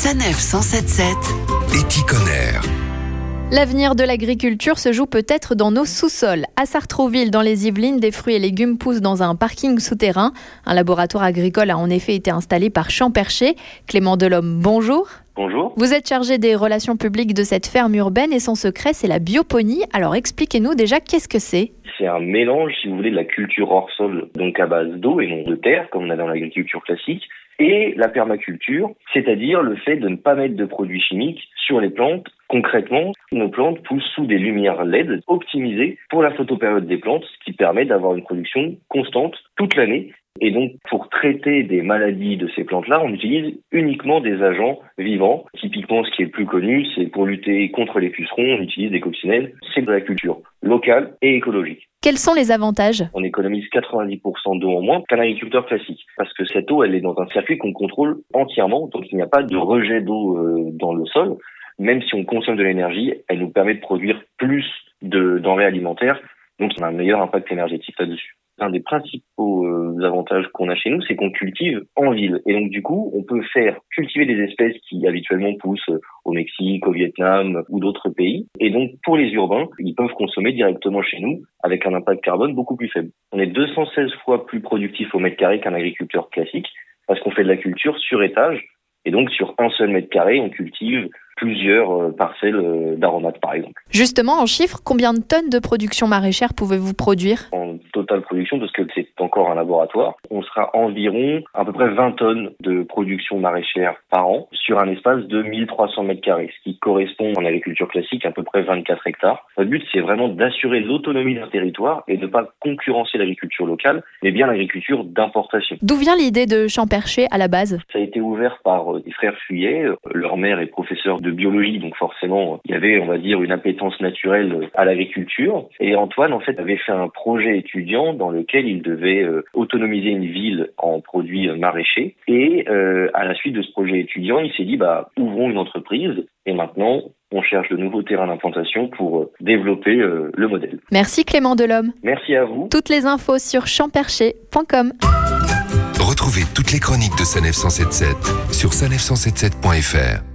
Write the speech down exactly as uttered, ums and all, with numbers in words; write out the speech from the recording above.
Sanef cent sept sept. Éticonner. L'avenir de l'agriculture se joue peut-être dans nos sous-sols. À Sartrouville, dans les Yvelines, des fruits et légumes poussent dans un parking souterrain. Un laboratoire agricole a en effet été installé par Champercher. Clément Delhomme, bonjour. Bonjour. Vous êtes chargé des relations publiques de cette ferme urbaine et son secret, c'est la bioponie. Alors expliquez-nous déjà qu'est-ce que c'est. C'est un mélange, si vous voulez, de la culture hors sol, donc à base d'eau et non de terre, comme on a dans l'agriculture classique, et la permaculture, c'est-à-dire le fait de ne pas mettre de produits chimiques sur les plantes. Concrètement, nos plantes poussent sous des lumières L E D optimisées pour la photopériode des plantes, ce qui permet d'avoir une production constante toute l'année. Et donc, pour traiter des maladies de ces plantes-là, on utilise uniquement des agents vivants. Typiquement, ce qui est le plus connu, c'est pour lutter contre les pucerons, on utilise des coccinelles. C'est de la culture locale et écologique. Quels sont les avantages ? On économise quatre-vingt-dix pour cent d'eau en moins qu'un agriculteur classique. Parce que cette eau, elle est dans un circuit qu'on contrôle entièrement. Donc, il n'y a pas de rejet d'eau euh, dans le sol. Même si on consomme de l'énergie, elle nous permet de produire plus de denrées alimentaires. Donc, on a un meilleur impact énergétique là-dessus. L'un des principaux euh, avantages qu'on a chez nous, c'est qu'on cultive en ville. Et donc, du coup, on peut faire cultiver des espèces qui habituellement poussent au Mexique, au Vietnam ou d'autres pays. Et donc, pour les urbains, ils peuvent consommer directement chez nous avec un impact carbone beaucoup plus faible. On est deux cent seize fois plus productif au mètre carré qu'un agriculteur classique parce qu'on fait de la culture sur étage. Et donc, sur un seul mètre carré, on cultive plusieurs euh, parcelles euh, d'aromates, par exemple. Justement, en chiffres, combien de tonnes de production maraîchère pouvez-vous produire ? En totale production, parce que c'est encore un laboratoire, on sera environ à peu près vingt tonnes de production maraîchère par an sur un espace de mille trois cents mètres carrés, ce qui correspond en agriculture classique à peu près vingt-quatre hectares. Notre but, c'est vraiment d'assurer l'autonomie d'un territoire et de ne pas concurrencer l'agriculture locale, mais bien l'agriculture d'importation. D'où vient l'idée de Champercher à la base ? Ça a été ouvert par des frères Fuyet. Leur mère est professeure de biologie, donc forcément, il y avait, on va dire, une appétence naturelle à l'agriculture. Et Antoine, en fait, avait fait un projet étudiant dans lequel il devait euh, autonomiser une ville en produits maraîchers. Et euh, à la suite de ce projet étudiant, il s'est dit, bah, ouvrons une entreprise. Et maintenant, on cherche de nouveaux terrains d'implantation pour euh, développer euh, le modèle. Merci Clément Delhomme. Merci à vous. Toutes les infos sur champercher point com. Retrouvez toutes les chroniques de Sanef cent soixante-dix-sept sur sanef cent soixante-dix-sept point f r.